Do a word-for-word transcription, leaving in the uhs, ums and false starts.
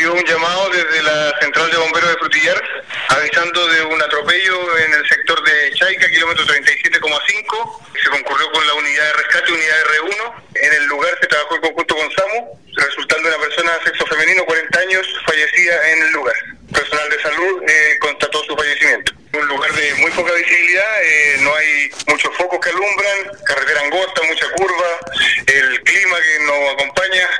dio un llamado desde la central de bomberos de Frutillar avisando de un atropello en el sector de Chaica, kilómetro treinta y siete coma cinco. Se concurrió con la unidad de rescate, unidad R uno. En el lugar se trabajó en conjunto con SAMU, resultando una persona de sexo femenino, cuarenta años, fallecida en el lugar. Personal de salud eh, constató su fallecimiento. Un lugar de muy poca visibilidad, eh, no hay muchos focos que alumbran, carretera angosta, mucha curva, el clima que nos acompaña